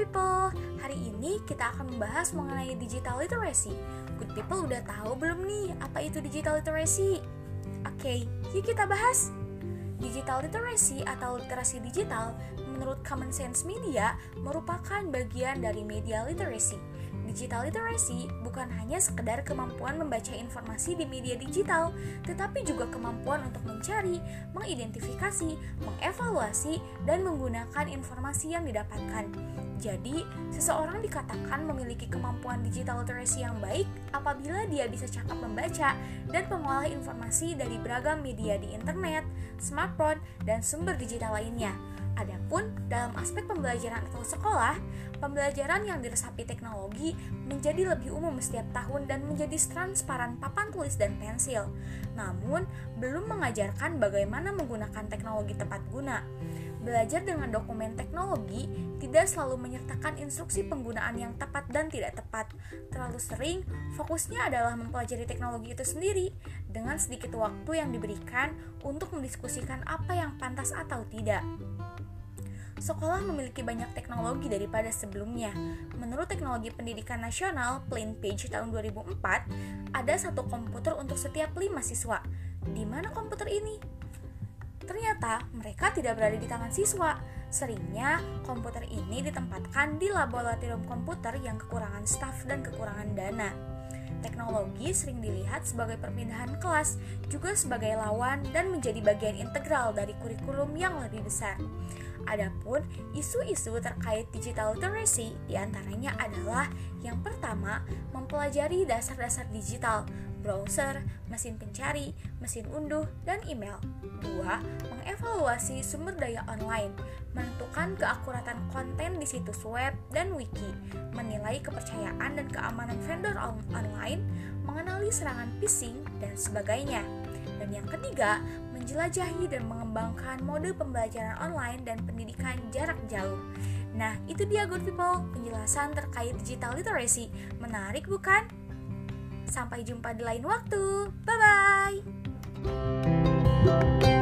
people, hari ini kita akan membahas mengenai digital literacy. Good people udah tahu belum nih apa itu digital literacy? Oke, yuk kita bahas. Digital literacy atau literasi digital menurut Common Sense Media merupakan bagian dari media literacy. Digital literacy bukan hanya sekedar kemampuan membaca informasi di media digital, tetapi juga kemampuan untuk mencari, mengidentifikasi, mengevaluasi, dan menggunakan informasi yang didapatkan. Jadi, seseorang dikatakan memiliki kemampuan digital literacy yang baik apabila dia bisa cakap membaca dan mengolah informasi dari beragam media di internet, smartphone, dan sumber digital lainnya. Adapun dalam aspek pembelajaran atau sekolah, pembelajaran yang diresapi teknologi menjadi lebih umum setiap tahun dan menjadi transparan papan tulis dan pensil. Namun, belum mengajarkan bagaimana menggunakan teknologi tepat guna. Belajar dengan dokumen teknologi tidak selalu menyertakan instruksi penggunaan yang tepat dan tidak tepat. Terlalu sering, fokusnya adalah mempelajari teknologi itu sendiri dengan sedikit waktu yang diberikan untuk mendiskusikan apa yang pantas atau tidak. Sekolah memiliki banyak teknologi daripada sebelumnya. Menurut Teknologi Pendidikan Nasional Plain Page tahun 2004, ada satu komputer untuk setiap 5 siswa. Di mana komputer ini? Ternyata mereka tidak berada di tangan siswa. Seringnya komputer ini ditempatkan di laboratorium komputer yang kekurangan staf dan kekurangan dana. Teknologi sering dilihat sebagai perpindahan kelas, juga sebagai lawan dan menjadi bagian integral dari kurikulum yang lebih besar. Adapun isu-isu terkait digital literacy diantaranya adalah yang pertama, mempelajari dasar-dasar digital, browser, mesin pencari, mesin unduh, dan email. 2. Mengevaluasi sumber daya online, menentukan keakuratan konten di situs web dan wiki, menilai kepercayaan dan keamanan vendor online, mengenali serangan phishing, dan sebagainya. Dan yang ketiga, menjelajahi dan mengembangkan mode pembelajaran online dan pendidikan jarak jauh. Nah, itu dia good people, penjelasan terkait digital literacy. Menarik bukan? Sampai jumpa di lain waktu. Bye-bye!